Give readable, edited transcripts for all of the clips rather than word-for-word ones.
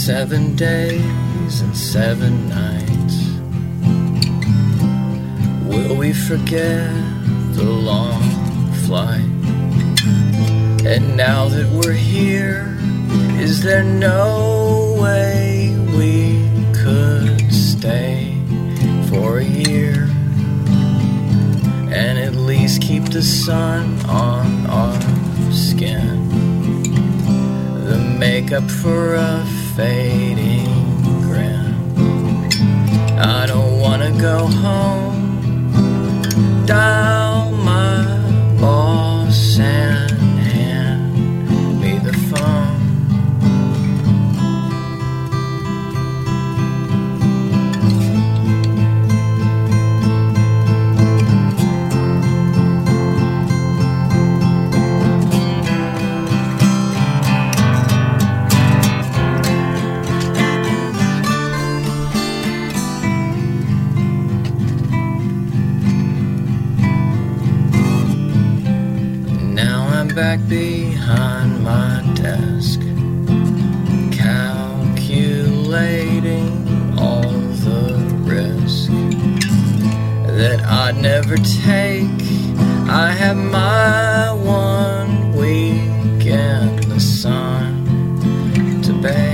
7 days and 7 nights. Will we forget the long flight? And now that we're here, is there no way we could stay for a year and at least keep the sun on our skin? The makeup for a fading grin. I don't wanna go home, dial my boss and hand me the phone. Back behind my desk, calculating all the risk that I'd never take. I have my 1 week in the sun to bake.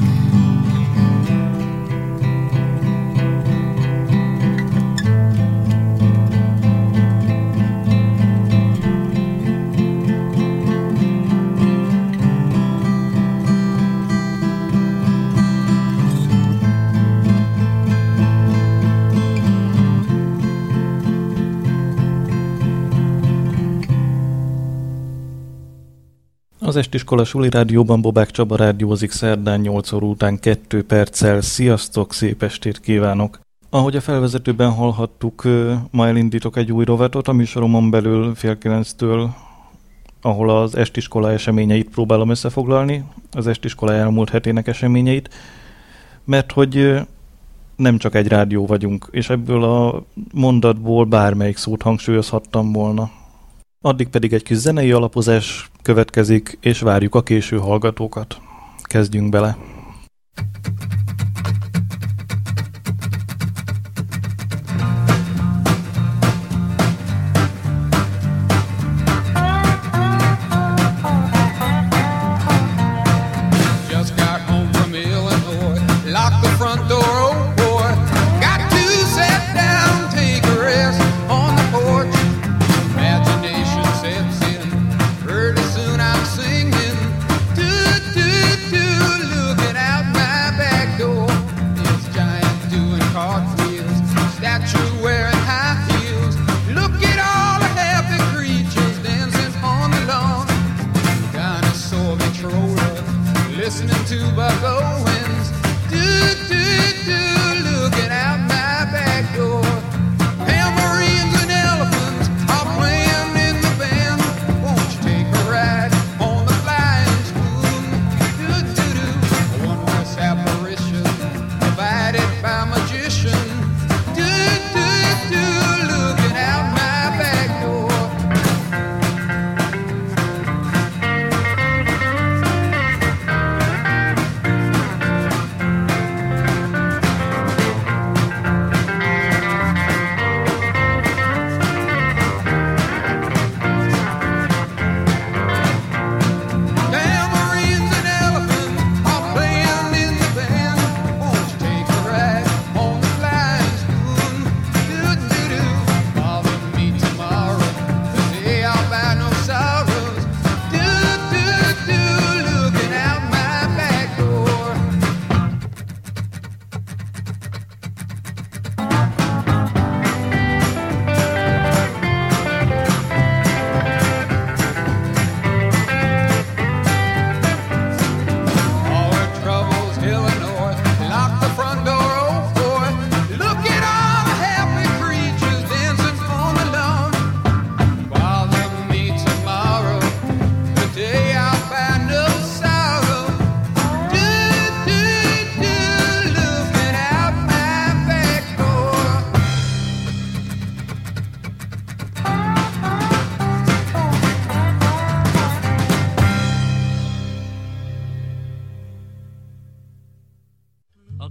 Az Estiskola Suli Rádióban Bobák Csaba rádiózik szerdán 8 óra után 2 perccel. Sziasztok, szép estét kívánok! Ahogy a felvezetőben hallhattuk, ma elindítok egy új rovatot a műsoromon belül fél 9-től, ahol az Estiskola eseményeit próbálom összefoglalni, az Estiskola elmúlt hetének eseményeit, mert hogy nem csak egy rádió vagyunk, és ebből a mondatból bármelyik szót hangsúlyozhattam volna. Addig pedig egy kis zenei alapozás következik, és várjuk a késő hallgatókat. Kezdjünk bele! Just got home from Illinois, locked the front door, oh boy. Got to sit down, take a rest on the porch. Imagination sets in, pretty soon I'm singing. Do, do, do, looking out my back door. This giant doing cartwheels, statue wearing high heels. Look at all the happy creatures dancing on the lawn. Dinosaur controller, listening to Buck Owens. Do, do, do, looking out my back door. Tambourines and elephants are playing in the band. Won't you take a ride on the flying spoon? Do, do, do, a wondrous apparition provided by magician. Do, do, do, looking out my back door.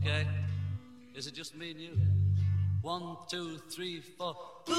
Okay. Is it just me and you? 1, 2, 3, 4.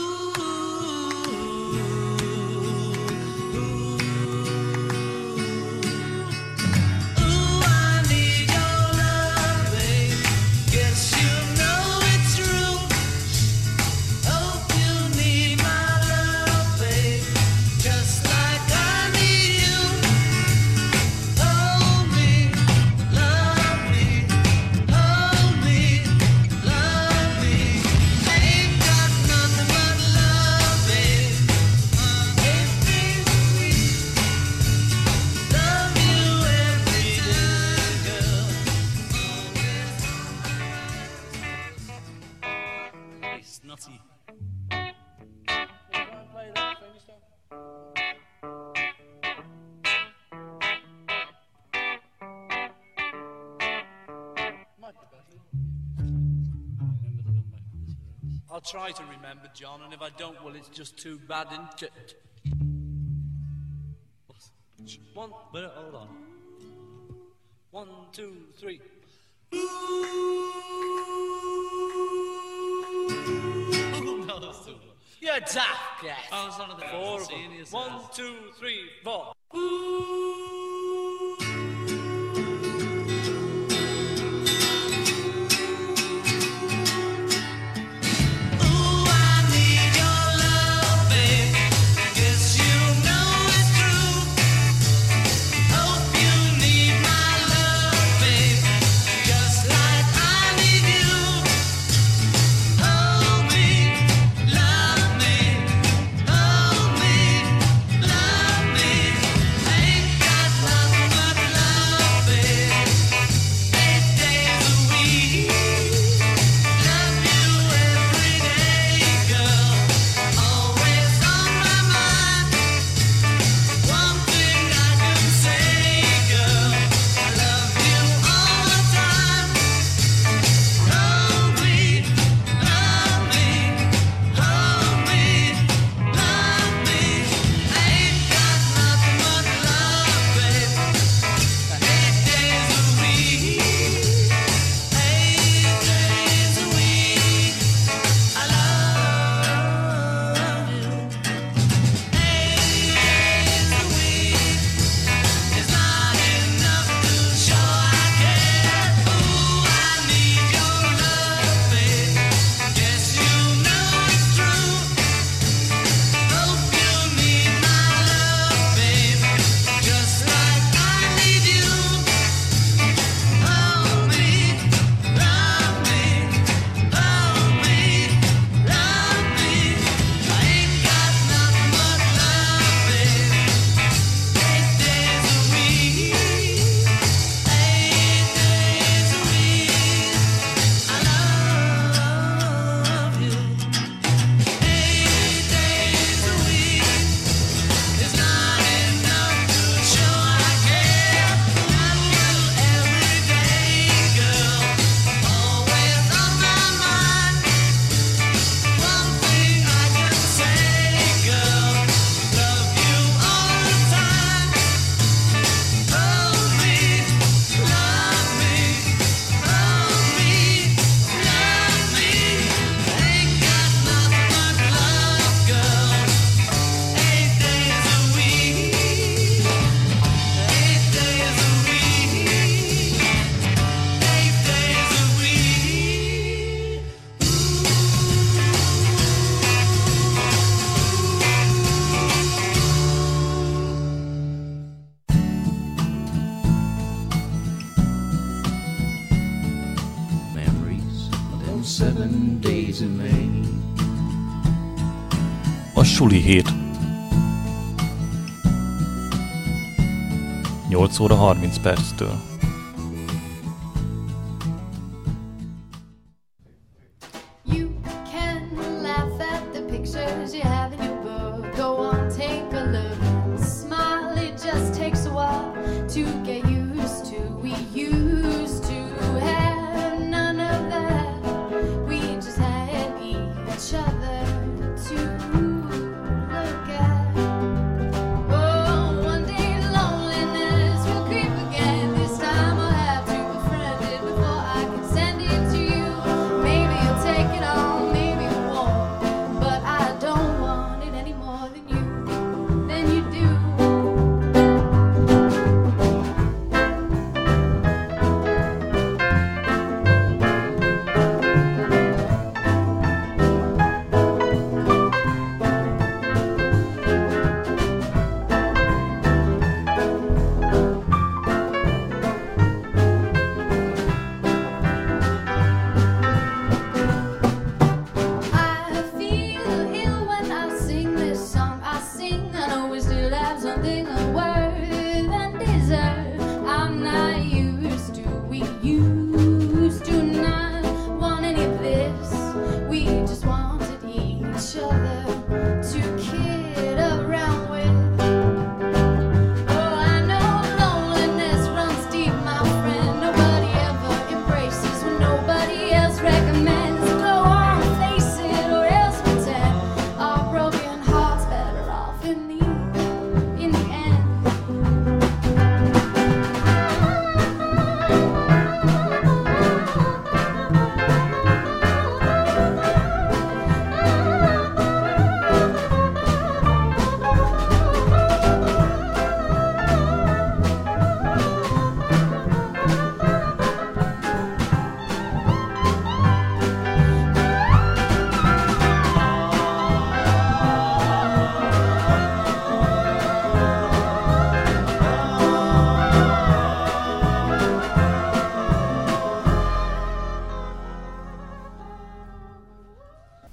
I'll try to remember, John, and if I don't, well, it's just too bad, isn't it? One, wait, hold on. 1, 2, 3. No, that's too much. You're daft, yes. I was one of the 4 of them. seniors. 1, 2, 3, 4. A suli hét. 8 óra 30 perctől. This time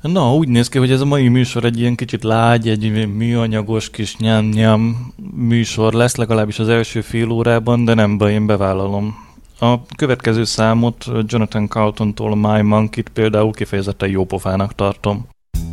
Na, úgy néz ki, hogy ez a mai műsor egy ilyen kicsit lágy, egy műanyagos kis nyám-nyám műsor lesz, legalábbis az első fél órában, de nem baj, én bevállalom. A következő számot Jonathan Coultontól, My Monkey-t például kifejezetten jó pofának tartom.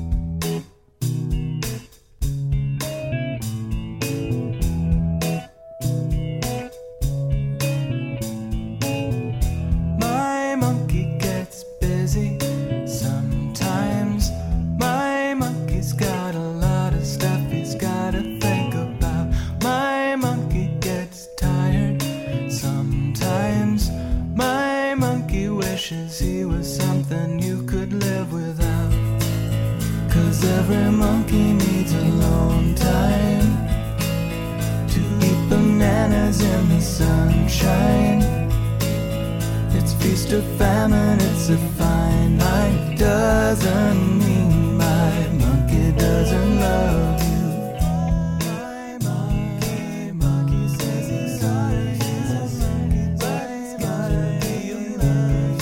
Every monkey needs alone time to eat bananas in the sunshine. It's feast or famine, it's a fine line. Doesn't mean my monkey doesn't love you. My monkey says he's sorry, he's a monkey, but he's gotta be in love.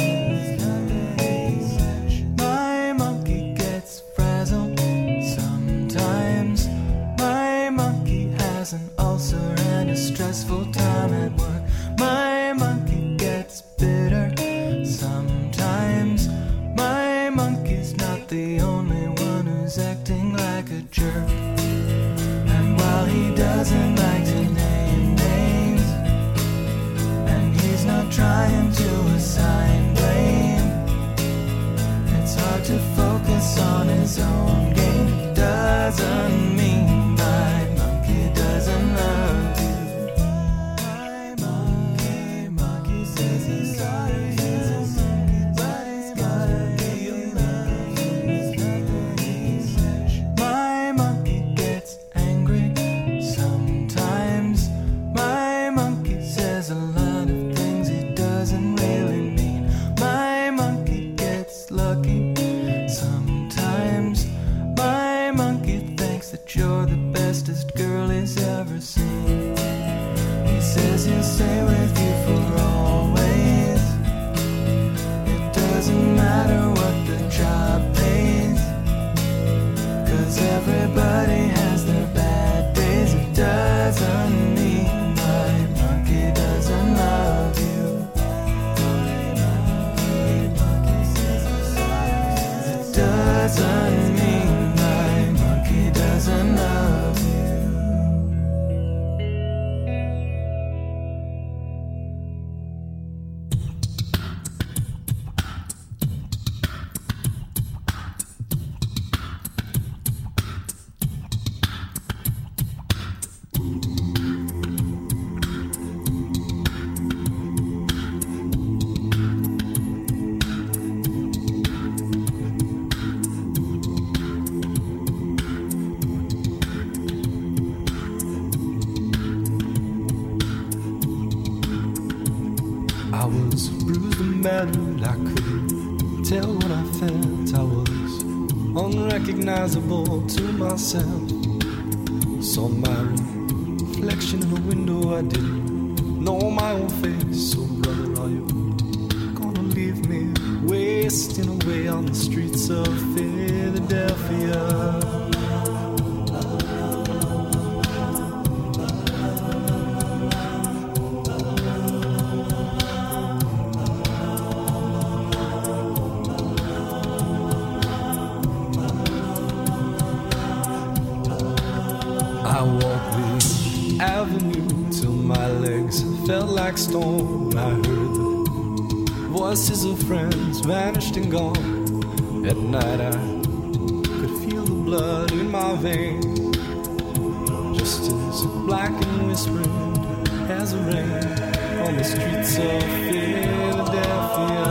My monkey gets frazzled sometimes. My monkey has an ulcer and a stressful time at work. My monkey gets bitter sometimes. My monkey's not the only one who's acting like a jerk. And while he doesn't like to name names, and he's not trying to assign blame, it's hard to focus on his own game. Doesn't mean my monkey doesn't love you. My monkey says he's sorry, he's a monkey, but he's gotta be in love. My monkey gets angry sometimes. My monkey says a lot of things he doesn't really mean. My monkey gets lucky sometimes. My monkey thinks that you're the bestest girl he's ever seen. He says he'll stay with you for always. It doesn't matter what the job pays, 'cause everybody has their bad days. It doesn't mean my monkey doesn't love you. It doesn't mean my monkey doesn't love you. I was bruised and battered, I couldn't tell what I felt. I was unrecognizable to myself. Saw my reflection in a window, I didn't know my own face. So brother, are you gonna leave me wasting away on the streets of Philadelphia? I walked the avenue till my legs felt like stone. I heard the voices of friends vanished and gone. At night I could feel the blood in my veins, just as black and whispering as the rain on the streets of Philadelphia.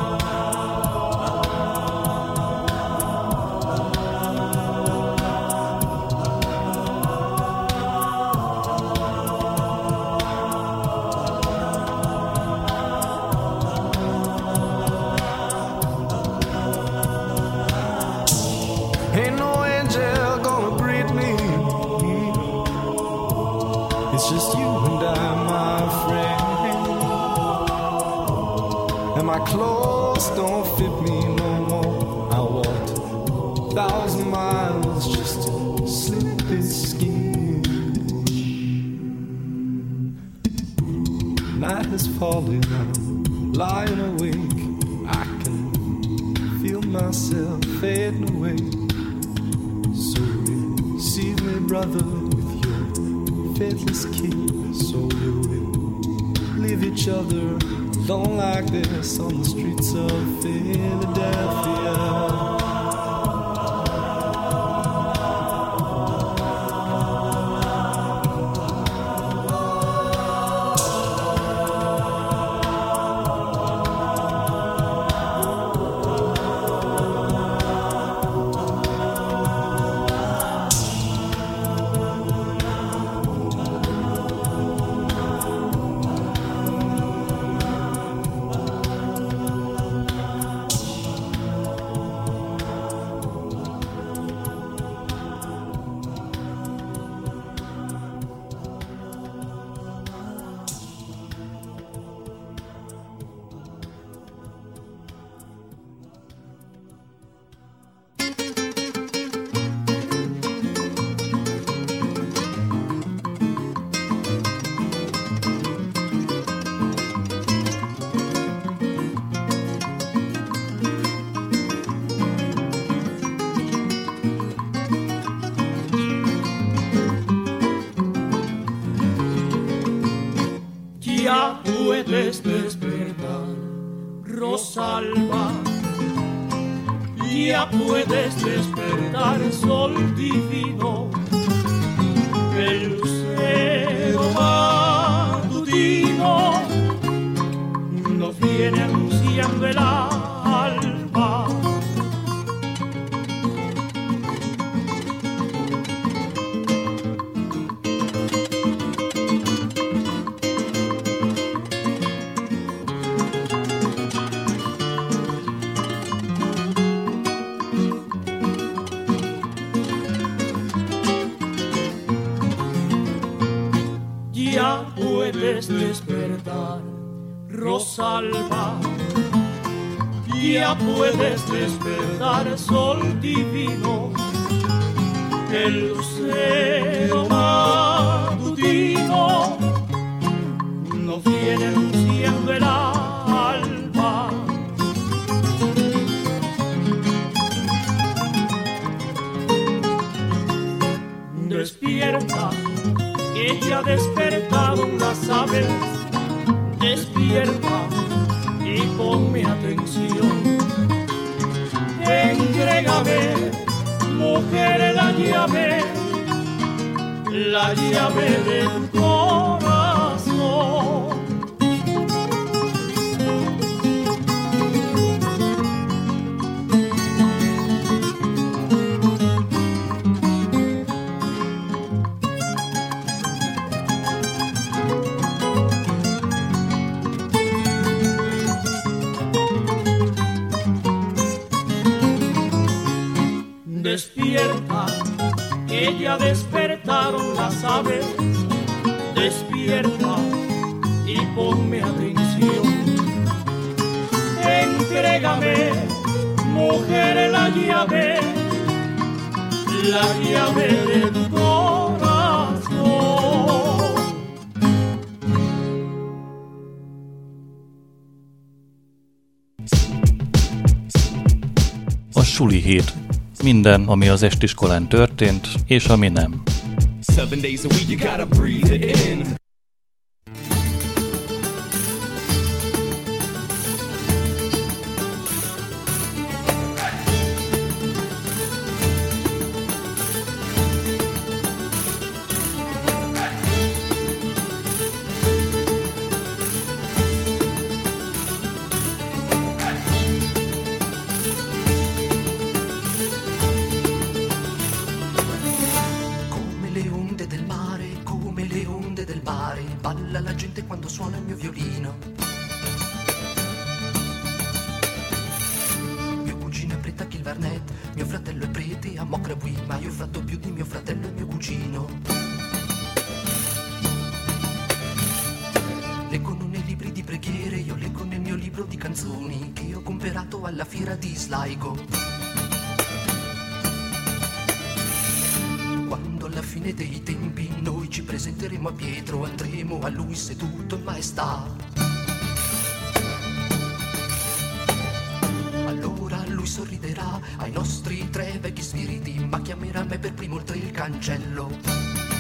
Ain't no angel gonna greet me. It's just you and I, my friend. And my clothes don't fit me no more. I walked Night has fallen, I'm lying awake. I can feel myself fading away. So receive me, brother, with your faithless kiss. So will we leave each other alone like this on the streets of Philadelphia? Puedes despertar, Rosalba, ya puedes despertar, sol divino, el lucero matutino nos viene anunciando el alba. Puedes despertar, Rosalba, ya puedes despertar, sol divino, el lucero matutino nos viene anunciando el alba. Despierta, que ya despertaron las aves, despierta y ponme atención. Entrégame, mujer, la llave del corazón. Despierta, que ya despertaron las aves, despierta y ponme atención. Entrégame, mujer, la llave de tu corazón. A suli hét. Minden, ami az estiskolán történt, és ami nem. 7 days a week, you gotta breathe it in. Balla la gente quando suona il mio violino. Mio cugino è prete a Kilvarnet, mio fratello è prete a Mocrabui, ma io ho fatto più di mio fratello e mio cugino. Leggono nei libri di preghiere, io leggo nel mio libro di canzoni che ho comprato alla fiera di Sligo. Quando alla fine dei tempi noi ci presenteremo a Pietro, andremo a lui seduto in maestà. Allora lui sorriderà ai nostri tre vecchi spiriti, ma chiamerà me per primo oltre il cancello.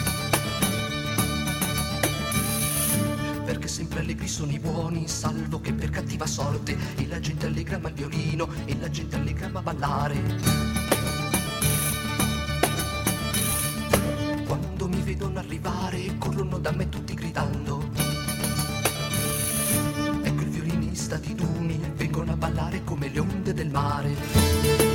Perché sempre allegri sono i buoni, salvo che per cattiva sorte e la gente allegra ma il violino e la gente allegra ma ballare. Quando mi vedono arrivare corrono da me tutti gridando. Ecco il violinista di Duni, vengono a ballare come le onde del mare.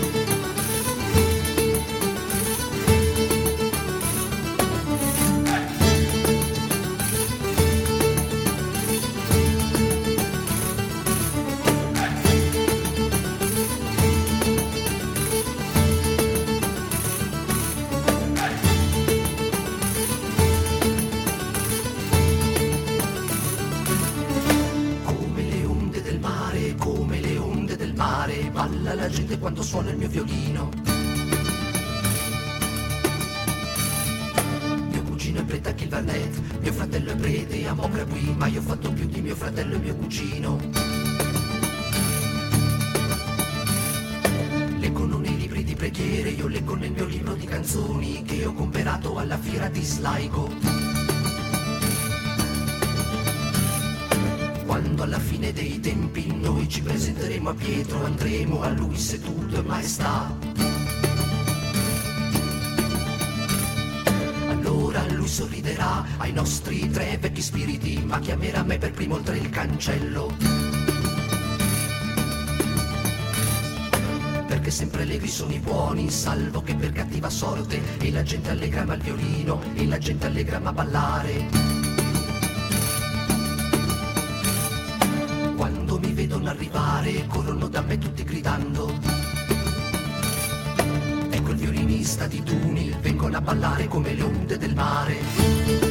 Balla la gente quando suona il mio violino. Mio cugino è prete a Kilvarnet, mio fratello è prete a Mocrabui, ma io ho fatto più di mio fratello e mio cugino. Leggono nei libri di preghiere, io leggo nel mio libro di canzoni che ho comprato alla fiera di Sligo. Quando alla fine dei tempi noi ci presenteremo a Pietro, andremo a lui seduto in maestà. Allora lui sorriderà ai nostri tre vecchi spiriti, ma chiamerà me per primo oltre il cancello. Perché sempre allegri sono i buoni, salvo che per cattiva sorte e la gente allegra ma il violino e la gente allegra ma ballare. Quando mi vedono arrivare corrono da me tutti gridando. Ecco il violinista di Duni, vengono a ballare come le onde del mare.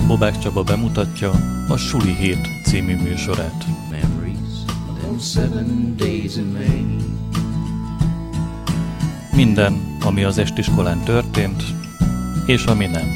Bobák Csaba bemutatja a Suli Hét című műsorát. Minden, ami az estiskolán történt, és ami nem.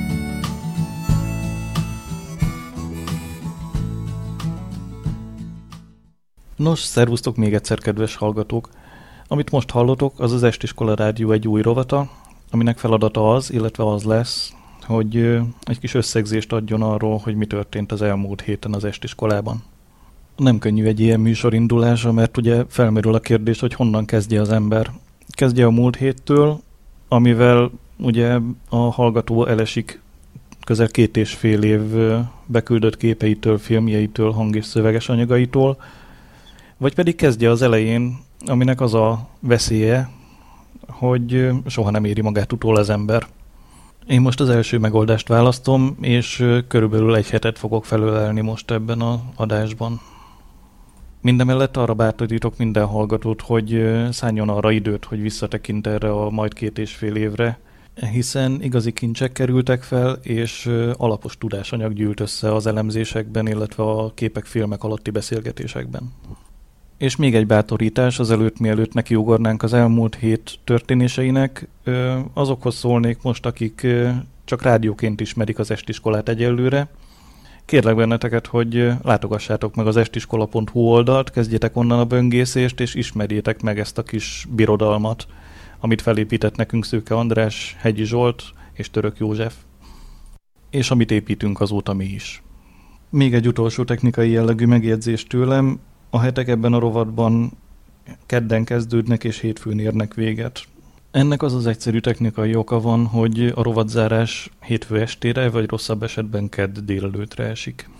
Nos, szervusztok még egyszer, kedves hallgatók! Amit most hallotok, az az Estiskola Rádió egy új rovata, aminek feladata az, illetve az lesz, hogy egy kis összegzést adjon arról, hogy mi történt az elmúlt héten az estiskolában. Nem könnyű egy ilyen műsor indulása, mert ugye felmerül a kérdés, hogy honnan kezdje az ember. Kezdje a múlt héttől, amivel ugye a hallgató elesik közel 2,5 év beküldött képeitől, filmjeitől, hang- és szöveges anyagaitól, vagy pedig kezdje az elején, aminek az a veszélye, hogy soha nem éri magát utól az ember. Én most az első megoldást választom, és körülbelül egy hetet fogok felölelni most ebben az adásban. Mindemellett arra bátorítok minden hallgatót, hogy szálljon arra időt, hogy visszatekint erre a majd 2,5 évre, hiszen igazi kincsek kerültek fel, és alapos tudásanyag gyűlt össze az elemzésekben, illetve a képek, filmek alatti beszélgetésekben. És még egy bátorítás azelőtt, mielőtt nekiugornánk az elmúlt hét történéseinek, azokhoz szólnék most, akik csak rádióként ismerik az estiskolát egyelőre. Kérlek benneteket, hogy látogassátok meg az estiskola.hu oldalt, kezdjétek onnan a böngészést, és ismerjétek meg ezt a kis birodalmat, amit felépített nekünk Szőke András, Hegyi Zsolt és Török József, és amit építünk azóta mi is. Még egy utolsó technikai jellegű megjegyzés tőlem: a hetek ebben a rovatban kedden kezdődnek és hétfőn érnek véget. Ennek az az egyszerű technikai oka van, hogy a rovatzárás hétfő estére, vagy rosszabb esetben kedd délelőtre esik.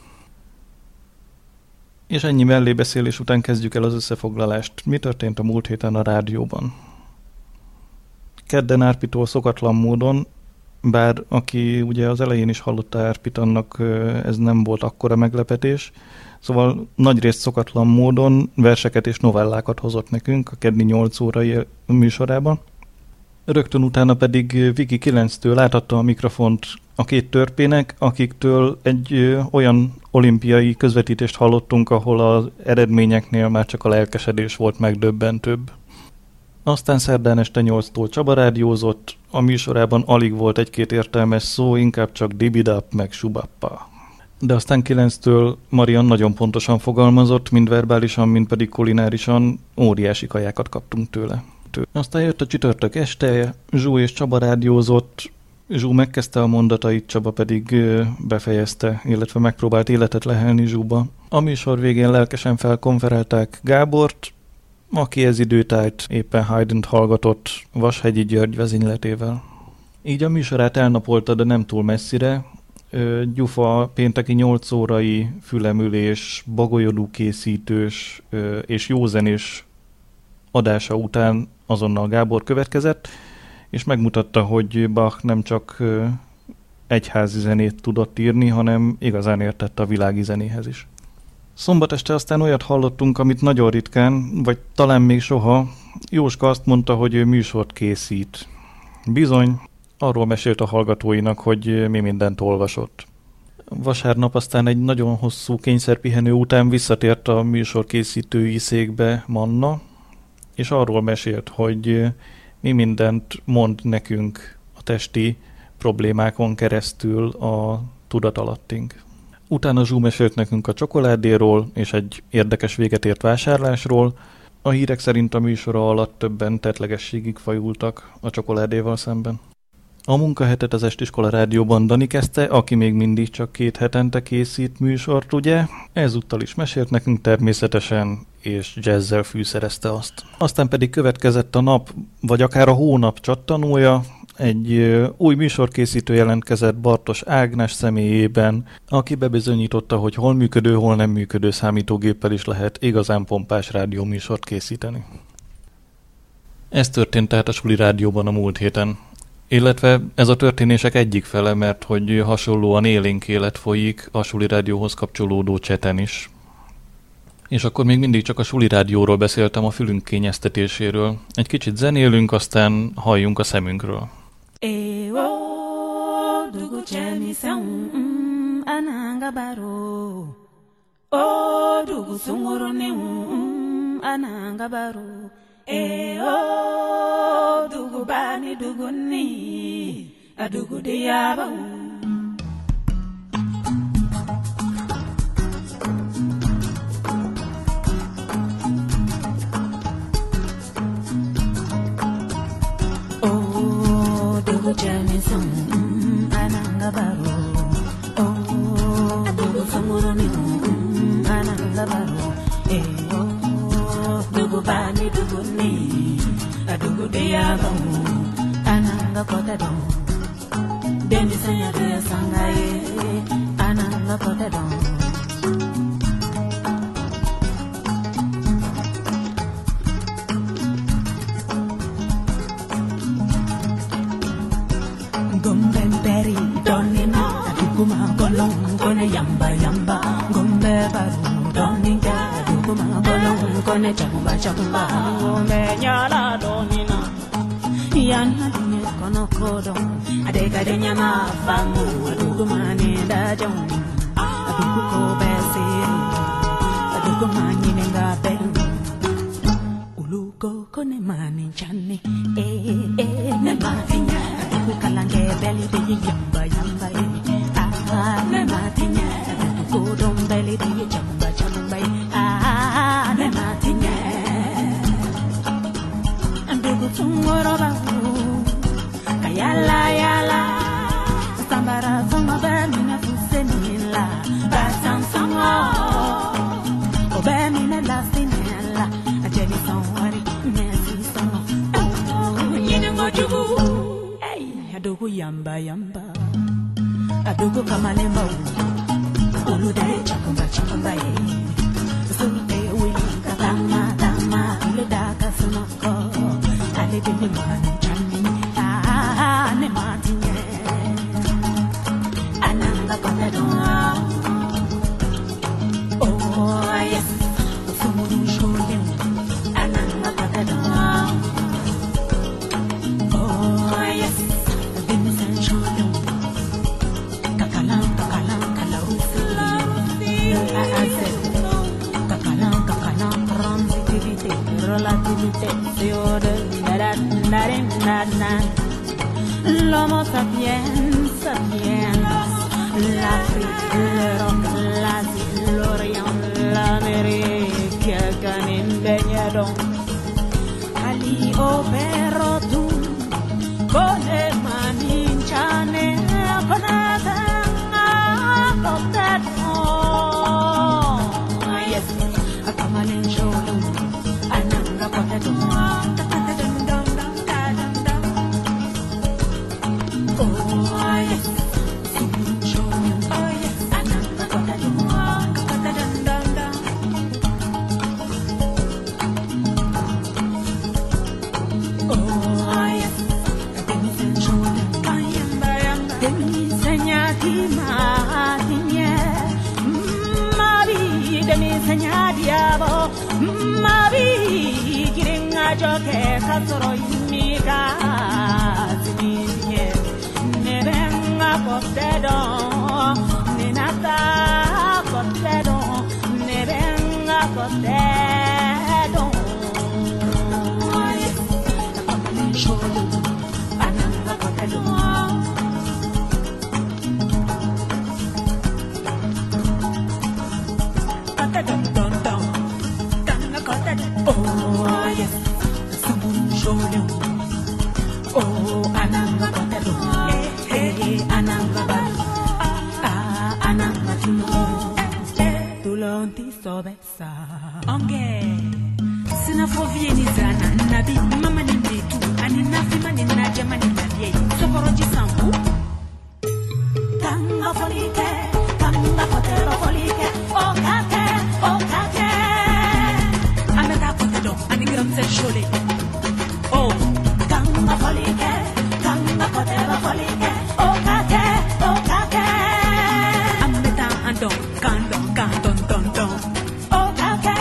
És ennyi mellébeszélés után kezdjük el az összefoglalást. Mi történt a múlt héten a rádióban? Kedden Árpitól szokatlan módon, bár aki ugye az elején is hallotta Árpit, annak ez nem volt akkora meglepetés, szóval nagyrészt szokatlan módon verseket és novellákat hozott nekünk a keddi 8 órai műsorában. Rögtön utána pedig Viki 9-től átadta a mikrofont a két törpének, akiktől egy olyan olimpiai közvetítést hallottunk, ahol az eredményeknél már csak a lelkesedés volt megdöbbentőbb. Aztán szerdán este 8-tól Csaba rádiózott, a műsorában alig volt egy-két értelmes szó, inkább csak dibidap meg subappa. De aztán 9-től Marian nagyon pontosan fogalmazott, mind verbálisan, mind pedig kulinárisan, óriási kajákat kaptunk tőle. Aztán jött a csütörtök este, Zsú és Csaba rádiózott, Zsú megkezdte a mondatait, Csaba pedig befejezte, illetve megpróbált életet lehelni Zsúba. A műsor végén lelkesen felkonferálták Gábort, aki ez időtájt éppen Haydnt hallgatott Vashegyi György vezényletével. Így a műsorát elnapolta, de nem túl messzire. Gyufa pénteki 8 órai fülemülés, bagolyodú készítős és józenés adása után azonnal Gábor következett, és megmutatta, hogy Bach nem csak egyházi zenét tudott írni, hanem igazán értett a világi zenéhez is. Szombat este aztán olyat hallottunk, amit nagyon ritkán, vagy talán még soha. Jóska azt mondta, hogy ő műsort készít. Bizony, arról mesélt a hallgatóinak, hogy mi mindent olvasott. Vasárnap aztán egy nagyon hosszú kényszerpihenő után visszatért a műsor készítői székbe Manna, és arról mesélt, hogy mi mindent mond nekünk a testi problémákon keresztül a tudatalattunk. Utána Zsú mesélt nekünk a csokoládéról és egy érdekes véget ért vásárlásról. A hírek szerint a műsora alatt többen tettlegességig fajultak a csokoládéval szemben. A munkahetet az Estiskola Rádióban Dani kezdte, aki még mindig csak 2 hetente készít műsort, ugye? Ezúttal is mesélt nekünk természetesen, és jazzzel fűszerezte azt. Aztán pedig következett a nap, vagy akár a hónap csattanója. Egy új műsorkészítő jelentkezett Bartos Ágnes személyében, aki bebizonyította, hogy hol működő, hol nem működő számítógéppel is lehet igazán pompás rádióműsort készíteni. Ez történt tehát a Suli Rádióban a múlt héten. Illetve ez a történések egyik fele, mert hogy hasonlóan élénk élet folyik a Suli Rádióhoz kapcsolódó cseten is. És akkor még mindig csak a Suli Rádióról beszéltem, a fülünk kényeztetéséről. Egy kicsit zenélünk, aztán halljunk a szemünkről. ananga baro oh dugu sunguru ne ananga baro oh dugu bani dugu ni adugu de yaba oh dugu jami sung ananga baro oh dugu sunguru ne ananga baro oh dugu bani dugu ni adugu de yaba ananga kota don Demi sanya de sangaye ananga kota don Gombe beri donina aduguma golong kone yamba yamba Gombe baru doninga aduguma golong kone chamba chamba Gombe nyala donina Yana dunia kono kodo adega de nyama famu adugu mane da jong adugu ko besi adugu mani nenga belu ulugo kone mani chane ne matinya adugu kalange beli de yamba yamba ne matinya adugu dom beli de chamba chamba ne matinya adugu tungoro ba Yala yala, sambara songa bemina fusenila, basan songa, o bemina la sinela, a jeni sonwari, nesi songa, yene ngojubu, hey, adugu yamba yamba, adugu kamalemba, ulude chakumba chakumba ye, sute wili katama tama, uleda kasumako, alede mani chani. Ne matinye ananga kota don oh yes sumuru shole ananga kota don oh yes dimisan shole kakalang kalausi kakalang transitivity relativity theory na L'homo sapiens, sapiens, l'Afrique, l'Europe, l'Asie, l'Orient, l'Amérique, Canin Begnadon, Ali opero tu, con le mani ciane, con yes, a kamanin sholu, ananga potato. Joke kasoro imiga zinye nebenga potedo nenata potedo nebenga potedo sholo ananga potedo potedo don don kana potedo oh yes oh ananga kotero ananga ba ananga tulonti sobesa onge sina fovieni zana nabi mama ni bitu ani nafima ni najama ni nabie sokoroji sambu kanga folike kanga kotero folike okate ameta kotero ani gramse shole oh kanga folike kanga kotero folike okate ameta ando kando don okate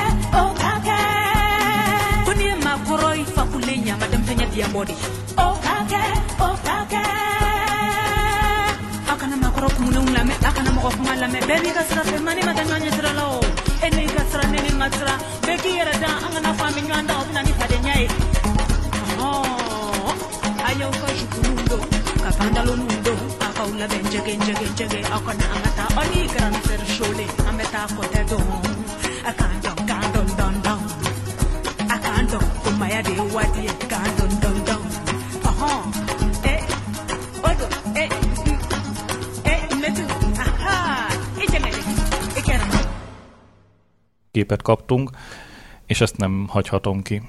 kuni makoro ifakulenya madam tenya dia body okate akana krok munung lame akana mo of malame beri ka sra fe mani madanga nyatra lao ene ka sra nene ngatra beki era da angana fami nyanda of nani pade nyai ayo ka shukumundo ka pandalo nundo akaula benje genje akana angata oni gran ser shole ameta ko tedo akando kandon don don akando kumaya de wadi kandon don don képet kaptunk, és ezt nem hagyhatom ki.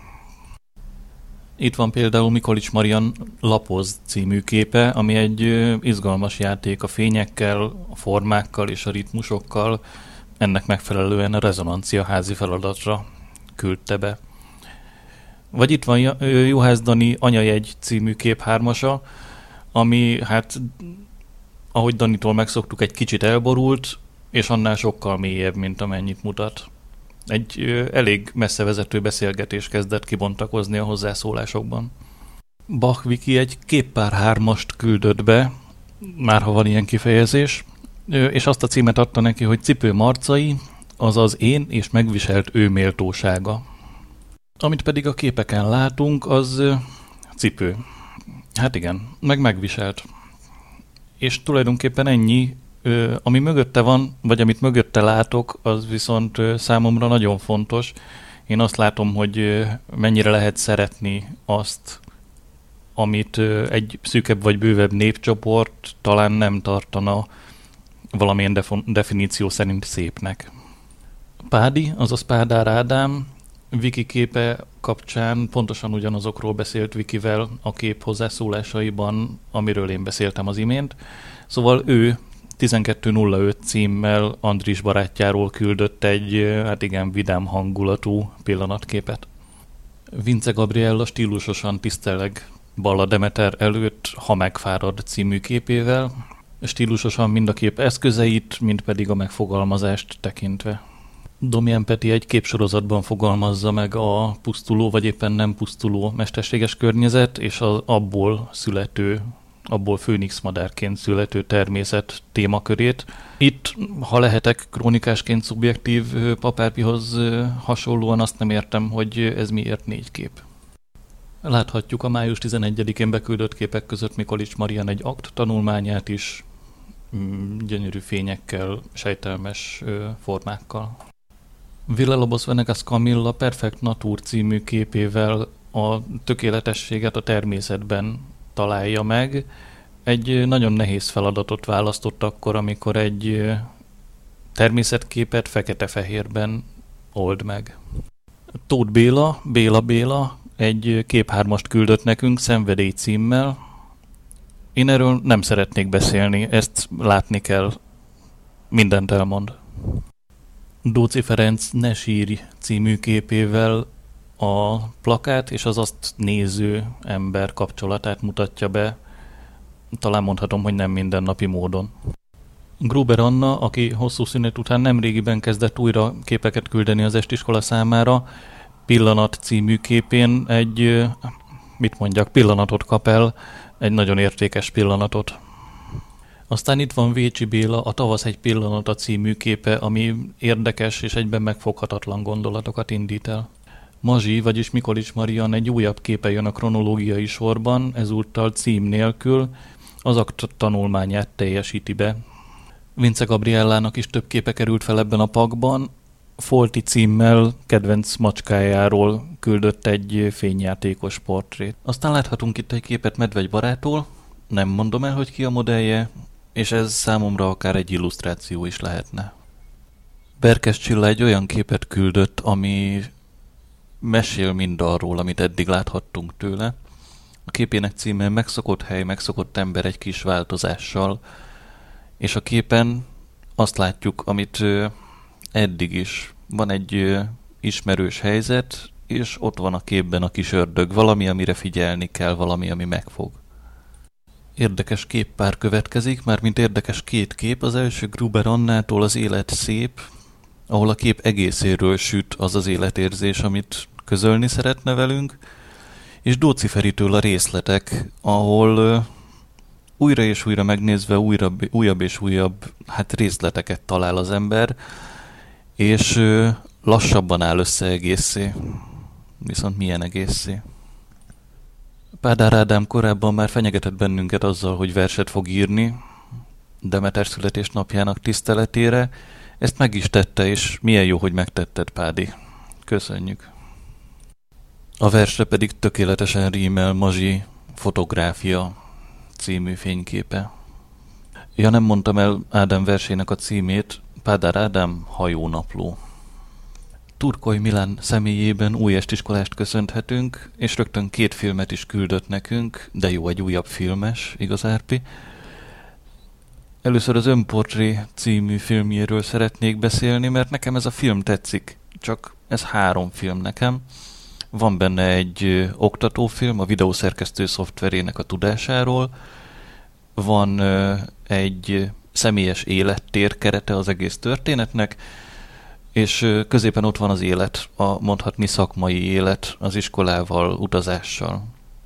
Itt van például Mikolics Marian Lapoz című képe, ami egy izgalmas játék a fényekkel, a formákkal és a ritmusokkal, ennek megfelelően a rezonancia házi feladatra küldte be. Vagy itt van Juhász Dani Anyajegy című kép 3-asa, ami hát, ahogy Danitól megszoktuk, egy kicsit elborult, és annál sokkal mélyebb, mint amennyit mutat. Egy elég messzevezető beszélgetés kezdett kibontakozni a hozzászólásokban. Bach Viki egy képpár 3-ast küldött be, már ha van ilyen kifejezés, és azt a címet adta neki, hogy Cipő Marcai, azaz én és megviselt ő méltósága. Amit pedig a képeken látunk, az cipő. Hát igen, megviselt. És tulajdonképpen ennyi, ami mögötte van, vagy amit mögötte látok, az viszont számomra nagyon fontos. Én azt látom, hogy mennyire lehet szeretni azt, amit egy szűkebb vagy bővebb népcsoport talán nem tartana valamilyen definíció szerint szépnek. Pádi, azaz Pádár Ádám Viki képe kapcsán pontosan ugyanazokról beszélt Vikivel a kép hozzászólásaiban, amiről én beszéltem az imént. Szóval ő 12.05 címmel Andris barátjáról küldött egy, hát igen, vidám hangulatú pillanatképet. Vince Gabriella stílusosan tiszteleg Balla Demeter előtt Ha megfárad című képével, stílusosan mind a kép eszközeit, mind pedig a megfogalmazást tekintve. Domján Peti egy képsorozatban fogalmazza meg a pusztuló, vagy éppen nem pusztuló mesterséges környezet, és az abból főnix madárként születő természet témakörét. Itt, ha lehetek krónikásként szubjektív, Papárpihoz hasonlóan azt nem értem, hogy ez miért 4 kép. Láthatjuk a május 11-én beküldött képek között Mikolics Marian egy akt tanulmányát is, gyönyörű fényekkel, sejtelmes formákkal. Villalobos Venegas Camilla Perfect Nature című képével a tökéletességet a természetben találja meg. Egy nagyon nehéz feladatot választott akkor, amikor egy természetképet fekete-fehérben old meg. Tóth Béla egy kép 3-ast küldött nekünk Szenvedély címmel. Én erről nem szeretnék beszélni, ezt látni kell. Mindent elmond. Dóczy Ferenc Ne sírj című képével a plakát és az azt néző ember kapcsolatát mutatja be, talán mondhatom, hogy nem mindennapi módon. Gruber Anna, aki hosszú szünet után nemrégiben kezdett újra képeket küldeni az estiskola számára, Pillanat című képén egy, pillanatot kap el, egy nagyon értékes pillanatot. Aztán itt van Vécsi Béla, a Tavasz egy pillanata című képe, ami érdekes és egyben megfoghatatlan gondolatokat indít el. Mazsi, vagyis Mikolics Marian egy újabb képe jön a kronológiai sorban, ezúttal cím nélkül, az akt tanulmányát teljesíti be. Vince Gabriellának is több képe került fel ebben a pakban, Folti címmel kedvenc macskájáról küldött egy fényjátékos portrét. Aztán láthatunk itt egy képet Medvegy barától, nem mondom el, hogy ki a modellje, és ez számomra akár egy illusztráció is lehetne. Berkes Csilla egy olyan képet küldött, ami mesél mindarról, amit eddig láthattunk tőle. A képének címe Megszokott hely, megszokott ember egy kis változással, és a képen azt látjuk, amit eddig is. Van egy ismerős helyzet, és ott van a képben a kis ördög, valami, amire figyelni kell, valami, ami megfog. Érdekes képpár következik, mármint érdekes 2 kép. Az első Gruber Annától Az élet szép, ahol a kép egészéről süt az az életérzés, amit közölni szeretne velünk, és Dóczy Feritől A részletek, ahol újra és újra megnézve újabb és újabb részleteket talál az ember, és lassabban áll össze egészé. Viszont milyen egészé? Pádár Ádám korábban már fenyegetett bennünket azzal, hogy verset fog írni Demeter születésnapjának tiszteletére. Ezt meg is tette, és milyen jó, hogy megtetted, Pádi. Köszönjük. A versre pedig tökéletesen rímel Mazsi Fotográfia című fényképe. Ja, nem mondtam el Ádám versének a címét, Pádár Ádám Hajónapló. Turkoly Milán személyében új estiskolást köszönhetünk, és rögtön 2 filmet is küldött nekünk, de jó, egy újabb filmes, igaz Árpi? Először az Önportré című filmjéről szeretnék beszélni, mert nekem ez a film tetszik, csak ez 3 film nekem. Van benne egy oktatófilm a videószerkesztő szoftverének a tudásáról, van egy személyes élettér kerete az egész történetnek, és középen ott van az élet, a mondhatni szakmai élet az iskolával, utazással.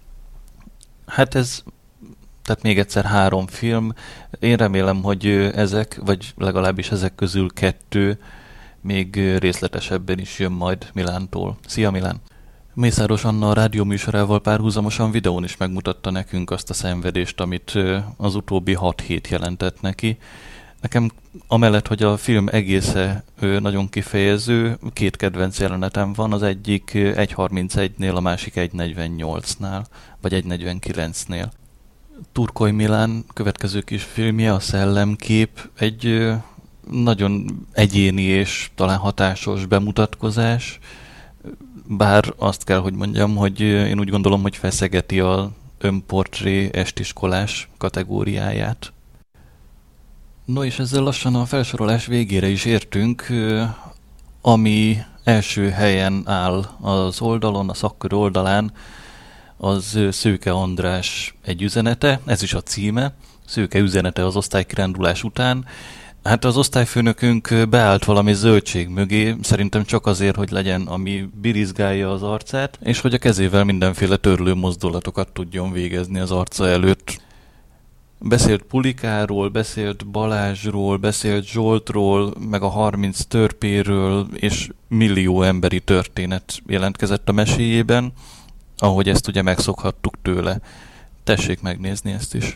Tehát még egyszer 3 film. Én remélem, hogy ezek, vagy legalábbis ezek közül 2 még részletesebben is jön majd Milántól. Szia Milán! Mészáros Anna a rádióműsorával párhuzamosan videón is megmutatta nekünk azt a szenvedést, amit az utóbbi 6 hét jelentett neki. Nekem amellett, hogy a film egésze nagyon kifejező, 2 kedvenc jelenetem van, az egyik 1.31-nél, a másik 1.48-nál, vagy 1.49-nél. Turkoly Milán következő kis filmje, a Szellemkép, egy nagyon egyéni és talán hatásos bemutatkozás, bár azt kell, hogy mondjam, hogy én úgy gondolom, hogy feszegeti az önportré estiskolás kategóriáját. No, és ezzel lassan a felsorolás végére is értünk, ami első helyen áll az oldalon, a szakkör oldalán, az Szőke András egy üzenete, ez is a címe, Szőke üzenete az osztálykirándulás után. Hát az osztályfőnökünk beállt valami zöldség mögé, szerintem csak azért, hogy legyen, ami birizgálja az arcát, és hogy a kezével mindenféle törlő mozdulatokat tudjon végezni az arca előtt. Beszélt Pulikáról, beszélt Balázsról, beszélt Zsoltról, meg a 30 törpéről, és millió emberi történet jelentkezett a meséjében, ahogy ezt ugye megszokhattuk tőle. Tessék megnézni ezt is.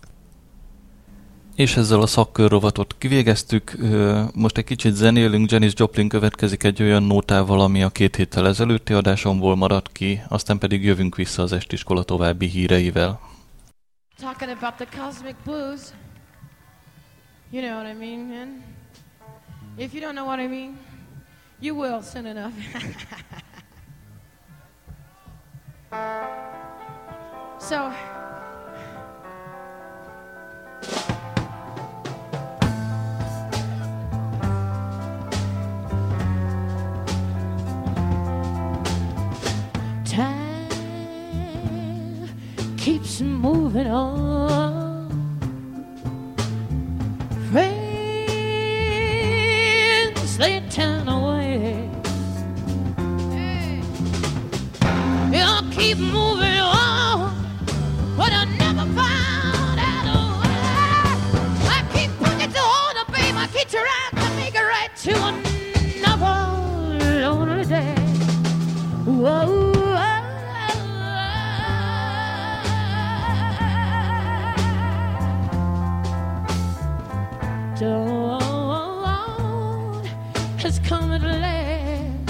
És ezzel a szakkörrovatot kivégeztük, most egy kicsit zenélünk, Janis Joplin következik egy olyan nótával, ami a 2 héttel ezelőtti adásomból maradt ki, aztán pedig jövünk vissza az estiskola további híreivel. Talking about the cosmic blues, you know what I mean, man? If you don't know what I mean, you will soon enough. So, time keeps moving on. Friends, they turn away. You'll keep moving on, but I never found out a way. I keep pushing to hold up, babe. I keep trying to make it right to another lonely day. Whoa. Dawn has come at last.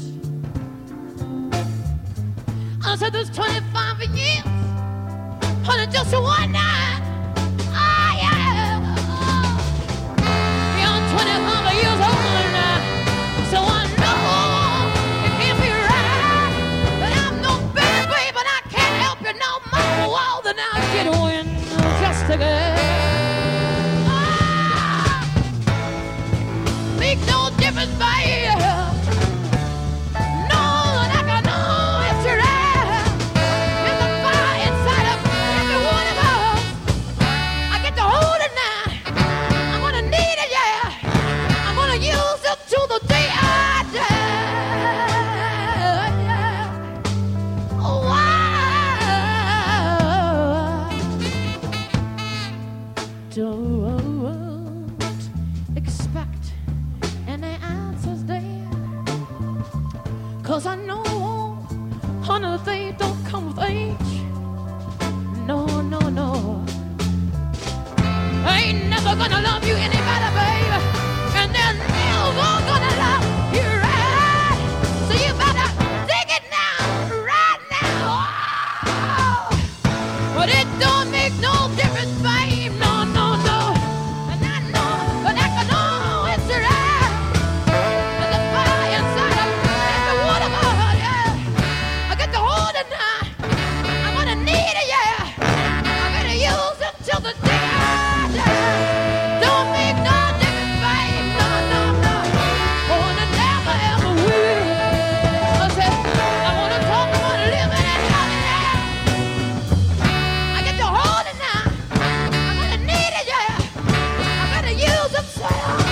I said there's 25 years, but just one night. Oh yeah, you're 25 years older now, so I know it can't be right. But I'm no better, babe, and I can't help you no more. Well, then I get win just again. Make no difference, babe. No, like I know it's right. There's a fire inside of every one of us. I get to hold it now. I'm gonna need it, yeah. I'm gonna use it till the day I die. Oh, wow. never gonna love you any better, baby. And they're never gonna love you right. So you better dig it now, right now. Oh. But it don't make no difference, babe. No, no, no. And I know, but I can know it's right. There's a fire inside of me, the water, yeah. I get to hold it now. I'm gonna need it, yeah. I'm gonna use it till the day I die. Don't make no difference, babe. No, no, no. Oh, and I never ever will. I said, I wanna talk about living and loving it. I get to hold it now. I'm gonna need it, yeah. I'm gonna use it, so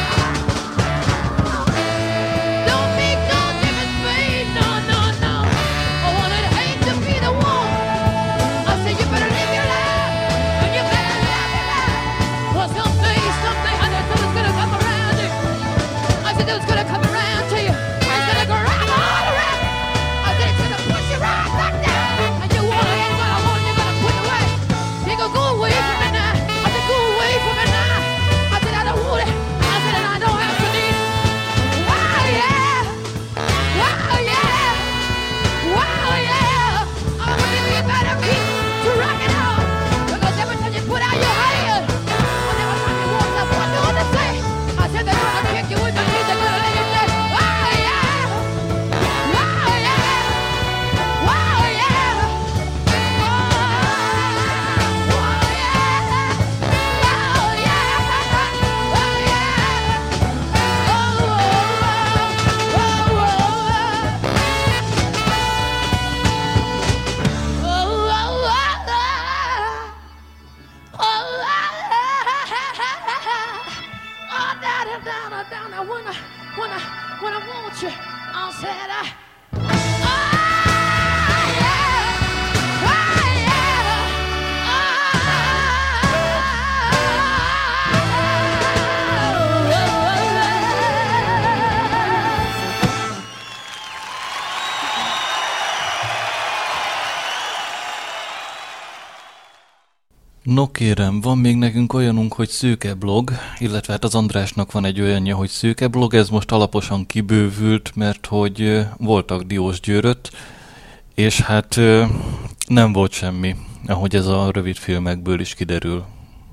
don't make no difference, babe. No, no, no. Oh, and I'd hate to be the one. I said, you better live your life, and you better love your life. Well, someday, I know it's gonna come around you. I said it was gonna come around to you. It's gonna grab all around. I said it's gonna push you right back down. And you ain't gonna want it, you're gonna put it away. You go away from me now. I said, go away from me now. I said, I don't want it. I said, and I don't have to need it. Wow, yeah. Wow, yeah. Wow, yeah. I'm gonna give you a better beat to rock it out. Because every time you put out your hand, and every time you walk up, what do they say? I said they're gonna kick you in the knees, they're gonna lay you down. Wow, yeah. Wow, yeah. Wow, yeah. Wow, yeah. Wow, yeah. Wow, yeah. When I want you, I said No kérem, van még nekünk olyanunk, hogy Szőke blog, illetve hát az Andrásnak van egy olyanja, hogy Szőke blog, ez most alaposan kibővült, mert hogy voltak Diósgyőrött, és hát nem volt semmi, ahogy ez a rövid filmekből is kiderül.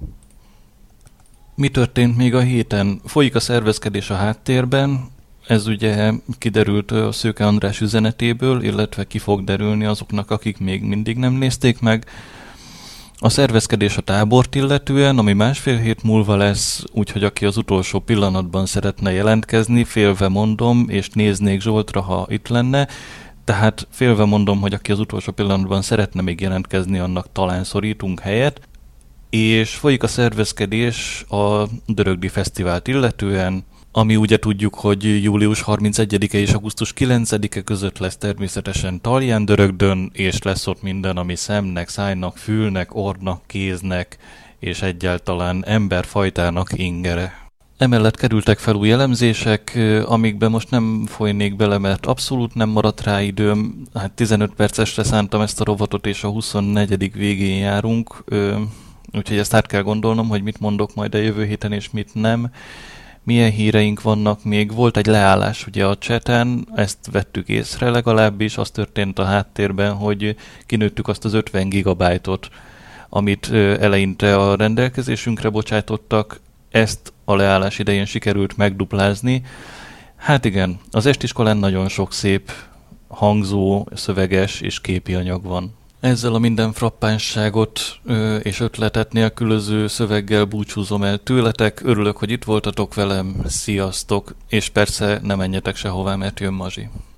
Mi történt még a héten? Folyik a szervezkedés a háttérben, ez ugye kiderült a Szőke András üzenetéből, illetve ki fog derülni azoknak, akik még mindig nem nézték meg. A szervezkedés a tábort illetően, ami 1,5 hét múlva lesz, úgyhogy aki az utolsó pillanatban szeretne jelentkezni, félve mondom, és néznék Zsoltra, ha itt lenne, tehát félve mondom, hogy aki az utolsó pillanatban szeretne még jelentkezni, annak talán szorítunk helyet, és folyik a szervezkedés a Dörögdi Fesztivált illetően, ami ugye tudjuk, hogy július 31-e és augusztus 9-e között lesz természetesen Talján-Dörögdön, és lesz ott minden, ami szemnek, szájnak, fülnek, orrnak, kéznek, és egyáltalán emberfajtának ingere. Emellett kerültek fel új elemzések, amikben most nem folynék bele, mert abszolút nem maradt rá időm. Hát 15 percesre szántam ezt a rovatot, és a 24. végén járunk, úgyhogy ezt át kell gondolnom, hogy mit mondok majd a jövő héten, és mit nem. Milyen híreink vannak még? Volt egy leállás ugye a chaten, ezt vettük észre legalábbis, az történt a háttérben, hogy kinőttük azt az 50 gigabájtot, amit eleinte a rendelkezésünkre bocsátottak, ezt a leállás idején sikerült megduplázni. Hát igen, az estiskolán nagyon sok szép hangzó, szöveges és képi anyag van. Ezzel a minden frappánsságot és ötletet nélkülöző szöveggel búcsúzom el tőletek. Örülök, hogy itt voltatok velem. Sziasztok! És persze ne menjetek sehová, mert jön Mazsi.